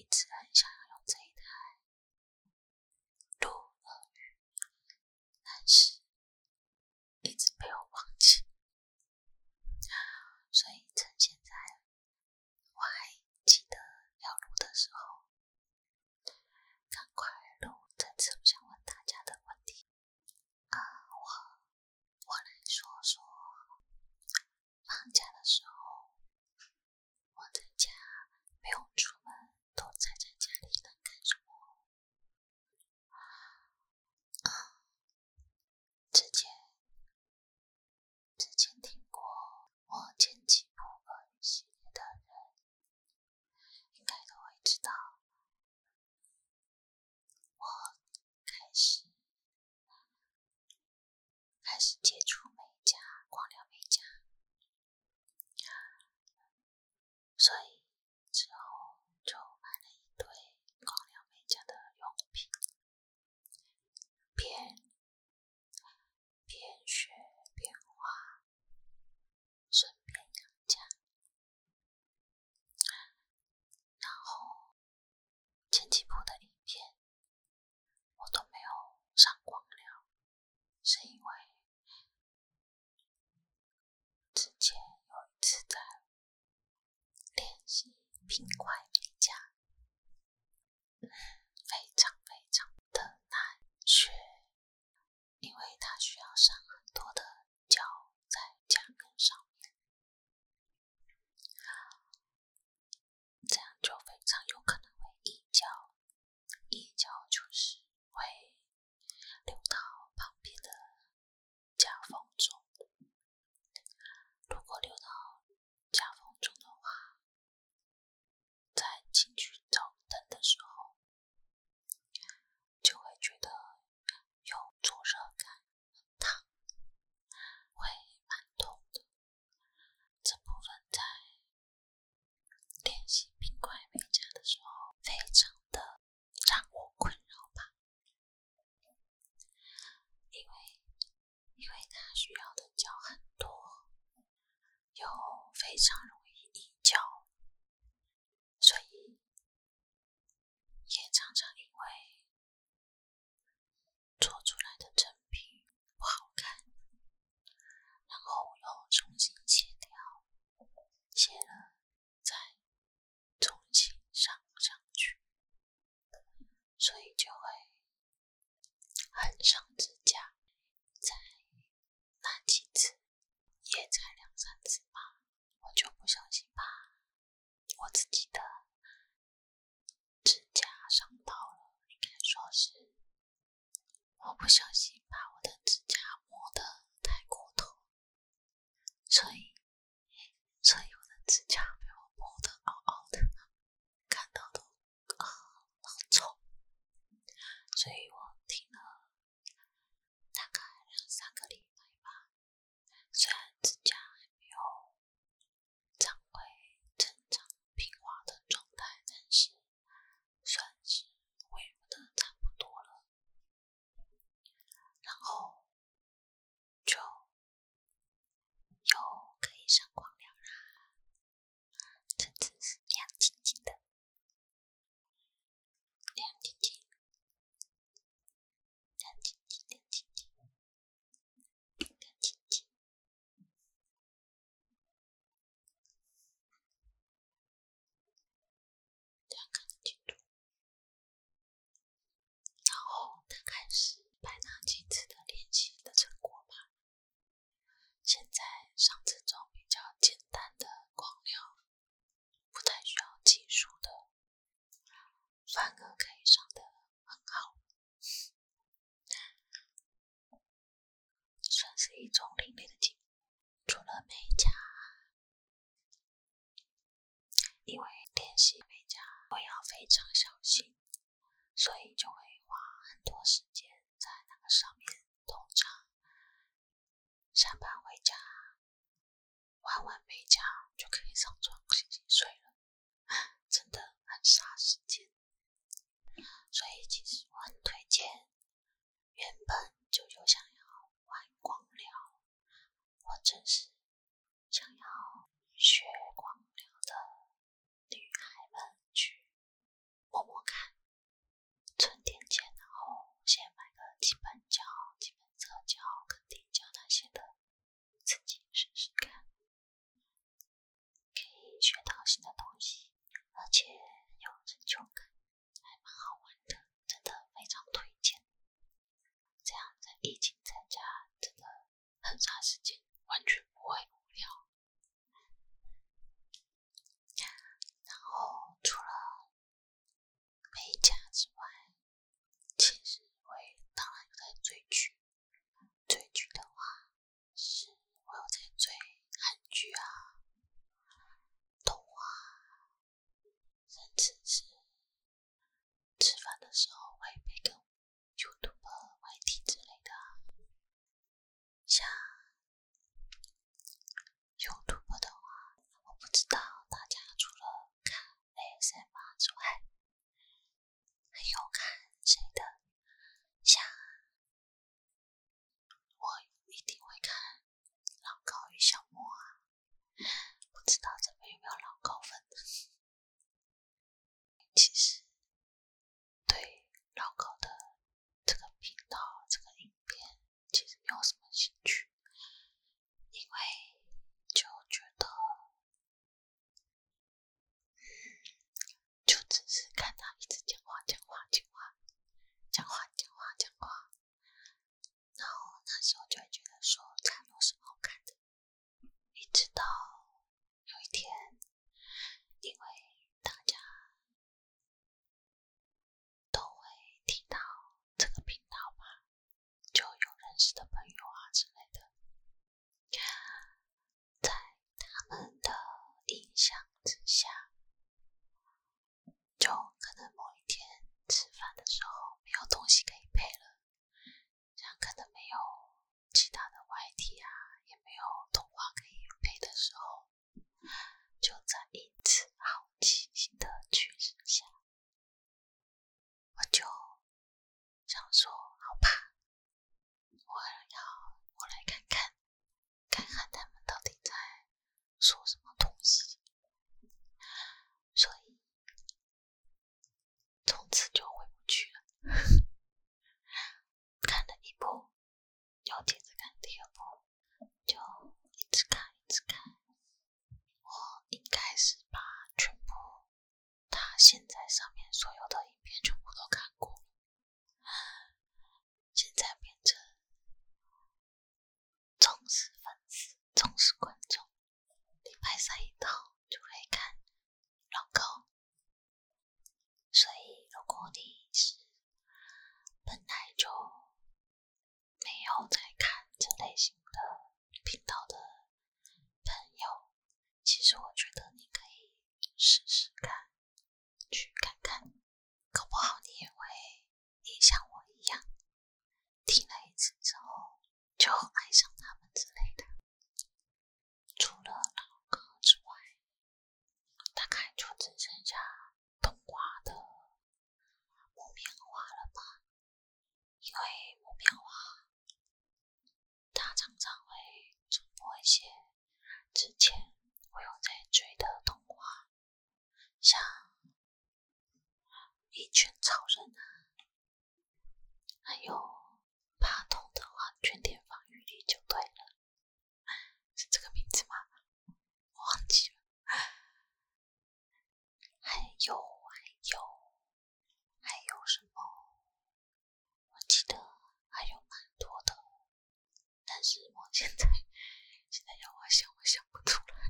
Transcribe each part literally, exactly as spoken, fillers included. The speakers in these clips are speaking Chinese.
直很想要用这一台录耳语，但是一直被我忘记，所以趁现在我还记得要录的时候，赶快录。这次我想问大家的问题啊，我我来说说放假的时候我在家没有出门，都宅在家里能干什么？啊，之前之前听过我前几部耳语系列的人，应该都会知道，我开始开始接触美甲，光疗美甲，所以之后就买了一堆光疗美甲的用品，边边学边画，顺便养家。然后前几部的影片我都没有上光疗，是因为之前有一次在练习平块美甲，非常非常的难学，因为它需要上很多的胶在甲根上面，这样就非常有可能会溢胶。溢胶就是会流到旁边的夹缝中，如果流到夹缝中的话，在进去找灯的时候就会觉得有灼热感，很烫，会蛮痛的。这部分在练习冰块美甲的时候非常的让我困扰吧，因为因为它需要的胶很多，又非常容易溢胶，所以也常常因为做出来的成品不好看，然后又重新卸掉，卸了再重新上上去，所以就会很伤指甲。在那几次也才两三次吧，我就不小心把我自己的指甲伤到了，应该说是我不小心把我的指甲磨得太过头，所以所以我的指甲被我磨得凹凹的，看到都啊好丑，所以我停了大概两三个礼拜吧，虽然指甲还没有长回正常平滑的状态，但是算是恢复的差不多了，然后就又可以上光疗啦。这次是亮晶晶的，亮晶晶，亮晶晶，亮晶晶，亮晶晶。这样看得清楚。然后大概是拍那几次的练习的成果吧。现在上这种比较简单的光疗，不太需要技术的，反而可以上得很好，算是一种另类的进步。除了美甲，因为练习美甲会要非常小心，所以就会花很多时间在那个上面。通常下班回家玩完美甲就可以上床洗洗睡了，真的很杀时间。所以其实我很推荐原本就有想要玩光疗，或者是想要学光疗的女孩们去疫情在家真的很长时间完全不会无聊。然后除了陪家之外，其实我也当然有在追剧。追剧的话，是我有在追韩剧啊、动画，甚至是吃饭的时候会配个 YouTube、Y T 之类的啊。像 YouTube 的话，我不知道大家除了看 A S M R 之外，还有看谁的？像我一定会看老高与小莫啊，不知道这边有没有老高粉的？其实对老高的这个频道、这个影片，其实没有什么兴趣，因为就觉得，嗯，就只是看他一直讲话、讲话、讲话、讲话、讲话、讲话，然后那时候就会觉得说，这样有什么好看的？一直到有一天，因为大家都会提到这个频道嘛，就有认识的朋友啊之类的，在他们的影响之下，就可能某一天吃饭的时候没有东西可以配了，像可能没有其他的 Y T 啊，也没有动画可以配的时候，就在一次好奇心的驱使下，我就想说，好吧，我要我来看看，看看他们到底在说什么东西。所以从此就回不去了。看了一部，又接着看第二部，就一直看一直看。我应该是把全部他现在上面所有的影片全部都看过了，现在变成忠实粉丝、忠实观众，礼拜三一到就可以看老高。所以如果你是本来就没有在看这类型的频道的朋友，其实我觉得你可以试试看，去看看，搞不好你也会也像我一样，听了一次之后就爱上他们之类的。除了老高之外，大概就只剩下动画的木棉花了吧，因为木棉花它常常会转播一些之前我有在追的动画，像一拳超人啊，还有爬动的话全点防御力就对了，是这个名字吗？我忘记了。还有还有还有什么？我记得还有蛮多的，但是我现在现在要我想我想不出来。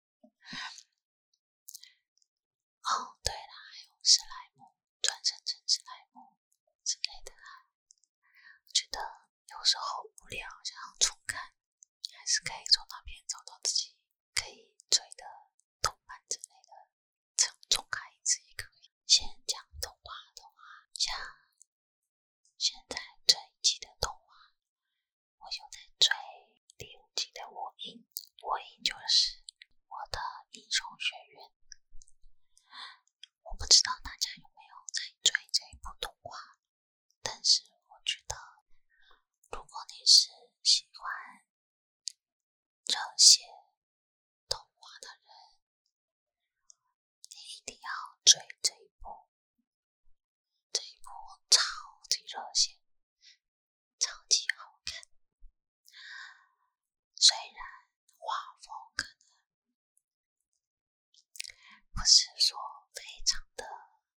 哦，对啦，还有史莱姆，转生成史莱姆之类的啦。我觉得有时候无聊想要重看，还是可以从那边找到自己可以追的动漫之类的，这样重看一次也可以。先讲动画的话，像现在这一季的动画，我有在追第五季的《我印》，我印就是我的英雄学院。我不知道大家有没有在追这一部动画，但是我觉得，如果你是喜欢热血动画的人，你一定要追这一部。这一部超级热血，超级好看。虽然画风可能不是说非常的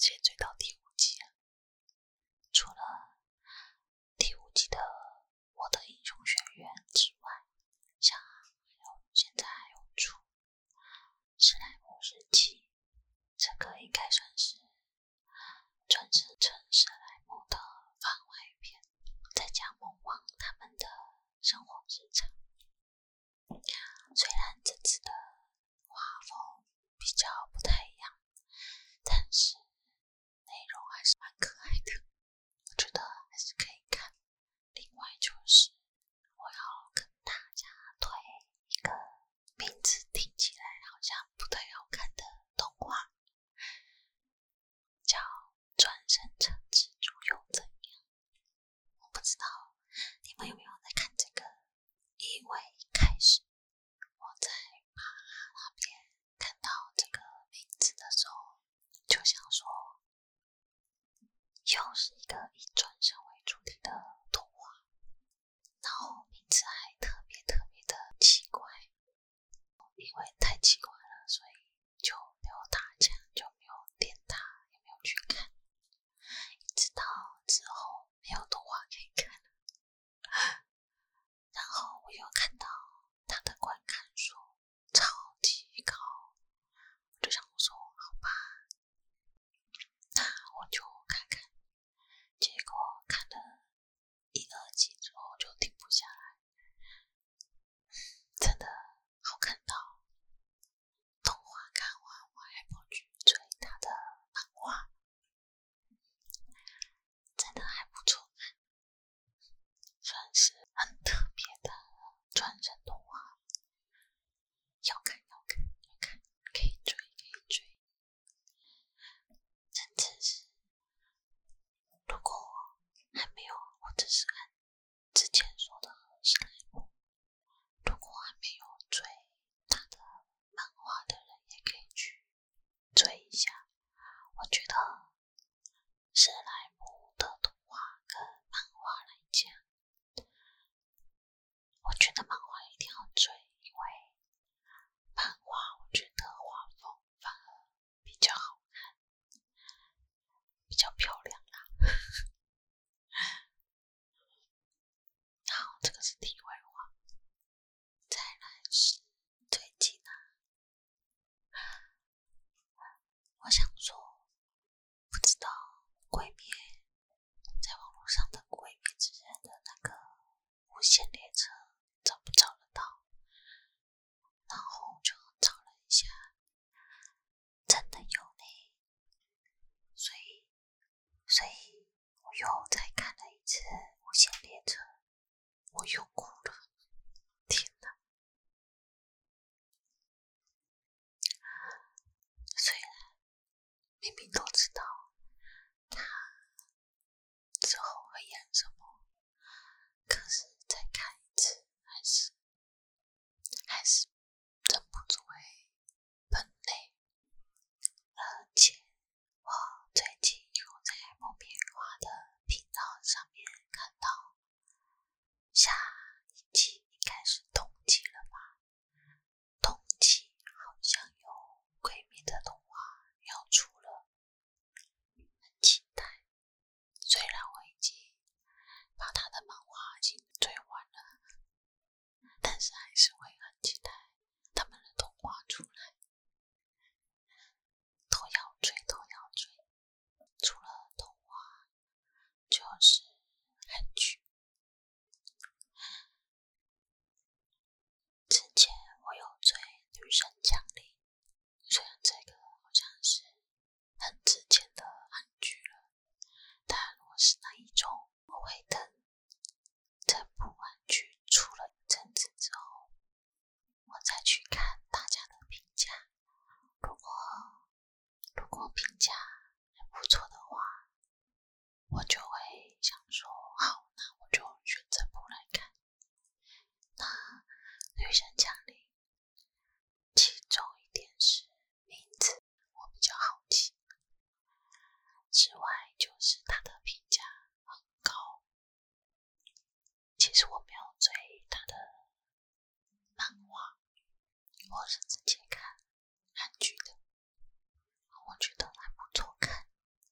接追到第五季了。除了第五季的《我的英雄学院》之外，像还有现在还有出《史莱姆日记》，这个应该算是转生成史莱姆的番外篇，在讲梦王他们的生活日常。虽然这次的画风比较不太一样，但是内容还是蛮可爱的，我觉得还是可以看。另外就是我要跟大家推一个名字听起来好像不太好看的动画，叫转生成蜘蛛又怎样。我不知道你们有没有在看这个，因为一开始我在巴哈那边看到这个名字的时候，就想说又是一个以转生为主题的动画，然后名字还特别特别的奇怪，因为太奇怪了，所以就没有打架，就没有点它，也没有去看，一直到之后没有动画可以看了，然后我又看到它的观看数超级高，我就想说好吧，那我就看看。结果看了一二集之后就停不下来，真的好看到动画看完我还跑去追他的漫画，真的还不错看，算是很特别的转生动画，要看要看要看，可以追可以追。甚至是如果还没有，或者是按之前说的史莱姆，如果还没有追他的漫画的人也可以去追一下。我觉得史莱姆的动画跟漫画来讲，我觉得漫画一定要追，因为漫画我觉得画风反而比较好看，比较漂亮啦。好，这个是题外话。再来是最近啊，我想说，不知道鬼灭在网络上的鬼灭之刃的那个无限列车找不找得到，然后就找了一下，真的有呢，所以所以我又再看了一次无限列车，我又哭了，天哪！虽然明明都知道他之后会演什么，可是再看一次还是还是忍不住会喷泪。而且我最近有在梦片花的频道上面看到下一季应该是冬季了吧，冬季好像有鬼灭的动画要出了，很期待。虽然我已经把他的漫画已经追完了，但是还是会很期待他们的动画出来，都要追都要追。除了动画就是韩剧，之前我有追《女神降临》，虽然这个好像是很之前的韩剧了，但我是那一种我会等这部韩剧出了一阵子之后，我再去看大家的评价。如果如果评价很不错的话，我就会想说，好，那我就选这部来看。那女神降临，其中一点是名字我比较好奇，之外就是它的评价很高。其实我没有追它的漫画，我是直接看韩剧的，我觉得还不错看，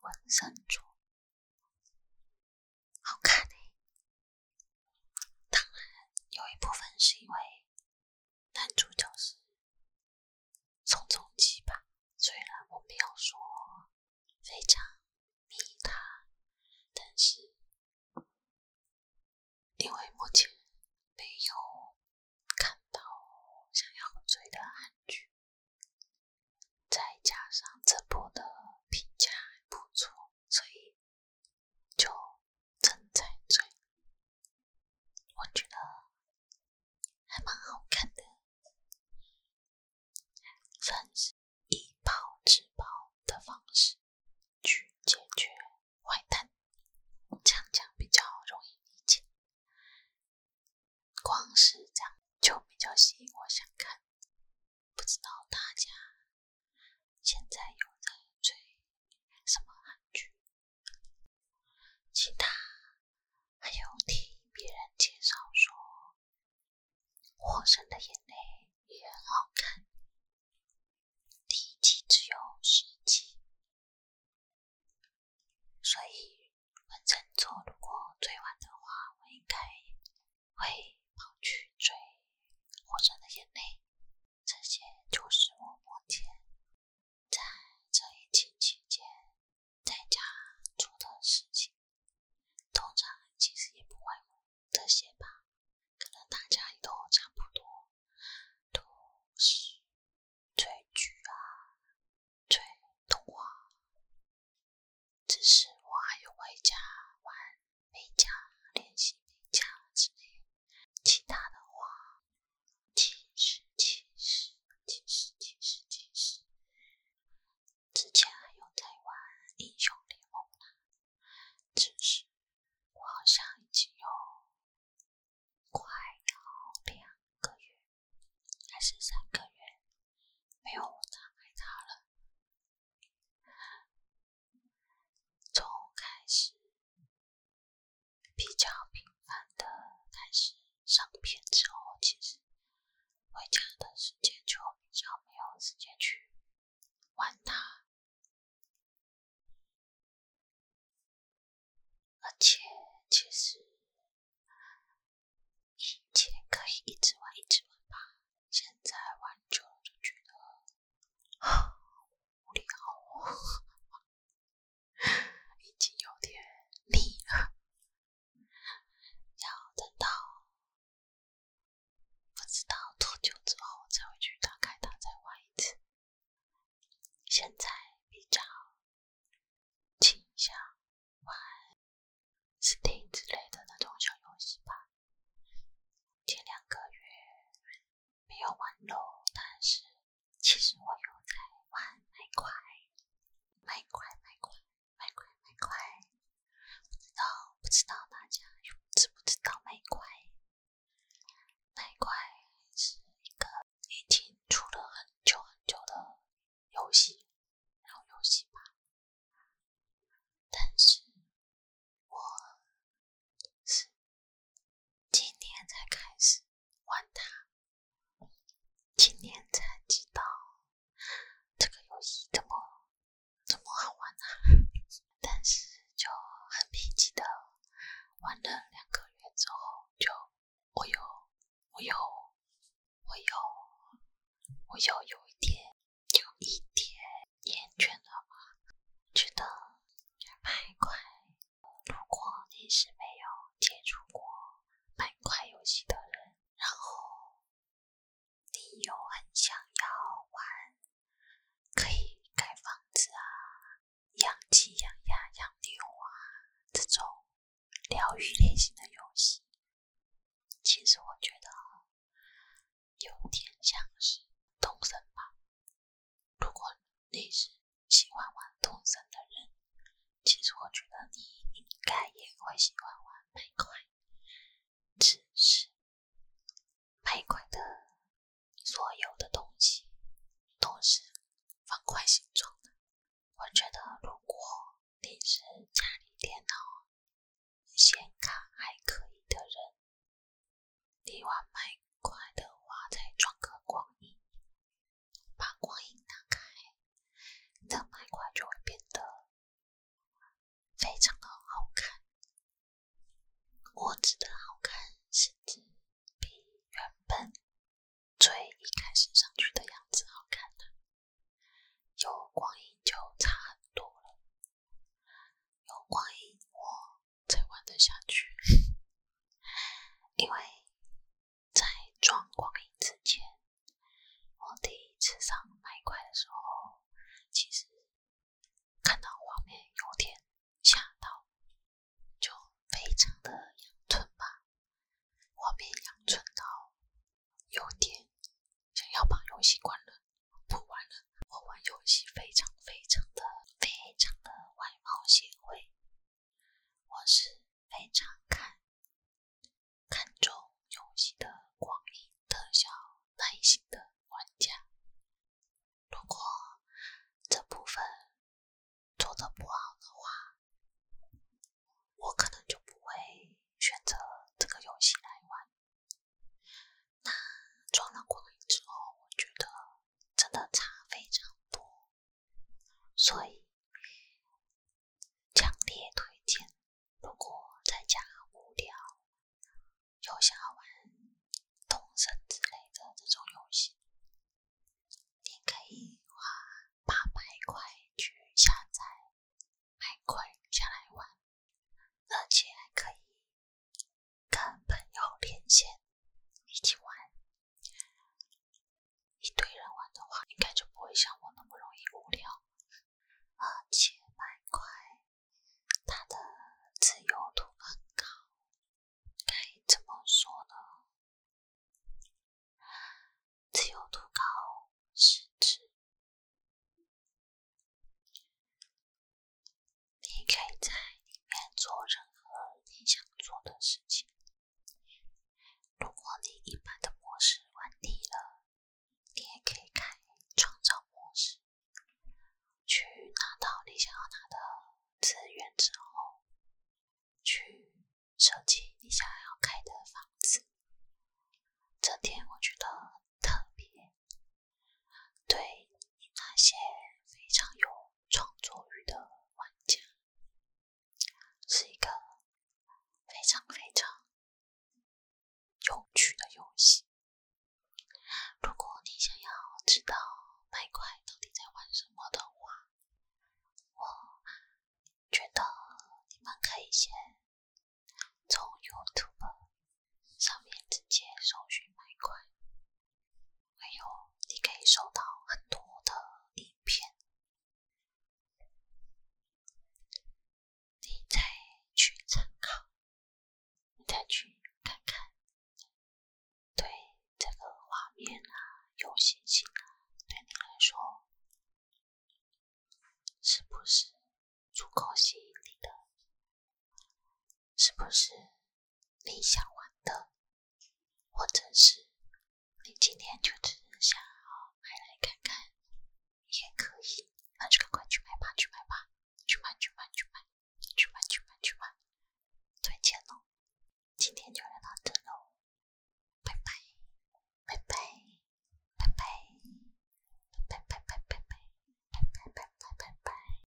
纹身做，好看欸。当然有一部分是因为男主角是宋仲基吧，虽然我没有说非常迷他，但是因为目前没有看到想要追的韩剧，再加上这部的评价还不错，所以就正在追。我觉得还蛮好看的，算是以暴制暴的方式去解决坏蛋，这样讲比较容易理解。光是这样就比较吸引我想看。不知道大家现在有在追什么韩剧？其他还有听别人介绍说火神的眼泪也很好看，第一季只有十集，所以本身做如果追完的话，我应该会跑去追火神的眼泪。这些就是我目前在这一期期间在家做的事情，通常其实也不外乎这些吧，可能大家也都差不多，都是追剧啊，追动画，只是我还有回家玩美甲，练习美甲之类的。其他的话，其实其实其实其实其实之前还有在玩英雄联盟啦，只是我好像已经有快要两个月还是三个月没有打开它了。从开始比较频繁的开始上片之后，其实回家的时间就比较没有时间去玩它，而且其实以前可以一直玩一直玩吧，现在玩久了就觉得好无聊哦，已经有点腻了，要等到不知道多久之后才会去打开它再玩一次。现在比较倾向玩 Steam 之类的那种小游戏吧。前两个月没有玩咯，但是其实我有在玩麦块，麦块麦块麦块麦块，不知道不知道大家知不知道麦块？麦块是一个已经出了很久很久的游戏，老游戏吧，但是我是今年才开始玩它，今年才知道这个游戏怎么这么好玩啊！但是就很密集的玩了两个月之后，就我有我有我有我有有一点有一点厌倦了吧？觉得麦块，如果你是没有接触过麦块游戏的人，然后你有很想要玩可以盖房子啊、养鸡、养鸭、养牛啊这种疗愈类型的游戏，其实我觉得有点像是动森吧。如果你是喜欢玩动森的人，其实我觉得你应该也会喜欢玩麦块，只是麦块的所有的东西都是方块形状的。我觉得如果你是家里电脑显卡还可以的人，你玩麦块的话再装个光影，把光影打开，你的麦块就会变得时候，其实看到画面有点吓到，就非常的阳春吧，画面阳春到有点想要把游戏关了，不玩了。我玩游戏非常非常的非常的外貌协会，我是非常看看重游戏的光影特效那一型的玩家。如果这部分做得不好的话，我可能就不会选择这个游戏来玩。那装了光影之后，我觉得真的差非常多，所以强烈推荐，如果在家无聊又想要玩动森之类的这种游戏，你可以花八百块去下载，买块下来玩，而且还可以跟朋友连线一起玩。一堆人玩的话，应该就不会像我那么容易无聊。而且买块它的自由度很高，该怎么说呢？自由度高是指你可以在里面做任何你想做的事情。如果你一般的模式玩腻了，你也可以开创造模式，去拿到你想要拿的资源之后，去设计你想要开的房子。这点我觉得很特别，对那些非常有创作欲的玩家是一个非常非常有趣的游戏。如果你想要知道麦块到底在玩什么的话，我觉得你们可以先从 YouTube 上面直接搜寻麦块，还有你可以收到很多的影片，你再去参考，你再去看看，对这个画面啊、游戏性啊，对你来说是不是足够吸引你的？是不是你想玩的？或者是你今天就只是想